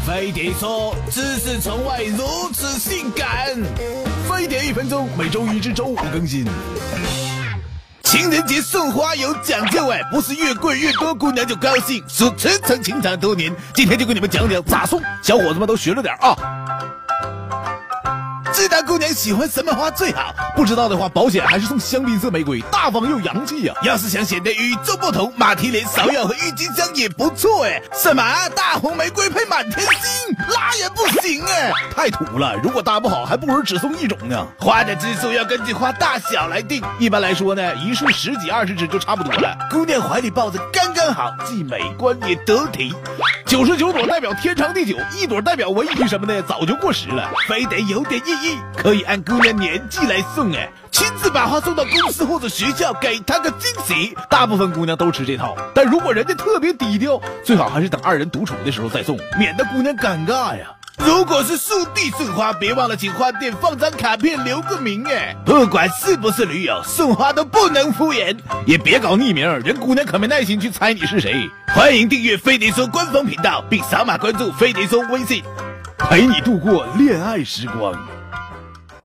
飞碟说，知识从外如此性感。飞碟1分钟，每周1至周5更新。情人节送花有讲究哎，不是越贵越多姑娘就高兴，是驰骋情长多年。今天就跟你们讲讲咋送，小伙子们都学着点啊。知道姑娘喜欢什么花最好，不知道的话，保险还是送香槟色玫瑰，大方又洋气啊。要是想显得与众不同，马蹄莲、芍药和郁金香也不错哎。什么大红玫瑰配满天星，那也不行哎，太土了。如果搭不好，还不如只送一种呢。花的支数要根据花大小来定，一般来说呢，一束10几20支就差不多了。姑娘怀里抱着刚刚好，既美观也得体。99朵代表天长地久，1朵代表文艺什么的早就过时了，非得有点意义，可以按姑娘年纪来送哎，亲自把花送到公司或者学校，给她个惊喜。大部分姑娘都吃这套，但如果人家特别低调，最好还是等2人独处的时候再送，免得姑娘尴尬呀。如果是速递送花，别忘了请花店放张卡片留个名哎。不管是不是驴友，送花都不能敷衍，也别搞匿名，人姑娘可没耐心去猜你是谁。欢迎订阅飞碟说官方频道，并扫码关注飞碟说微信，陪你度过恋爱时光。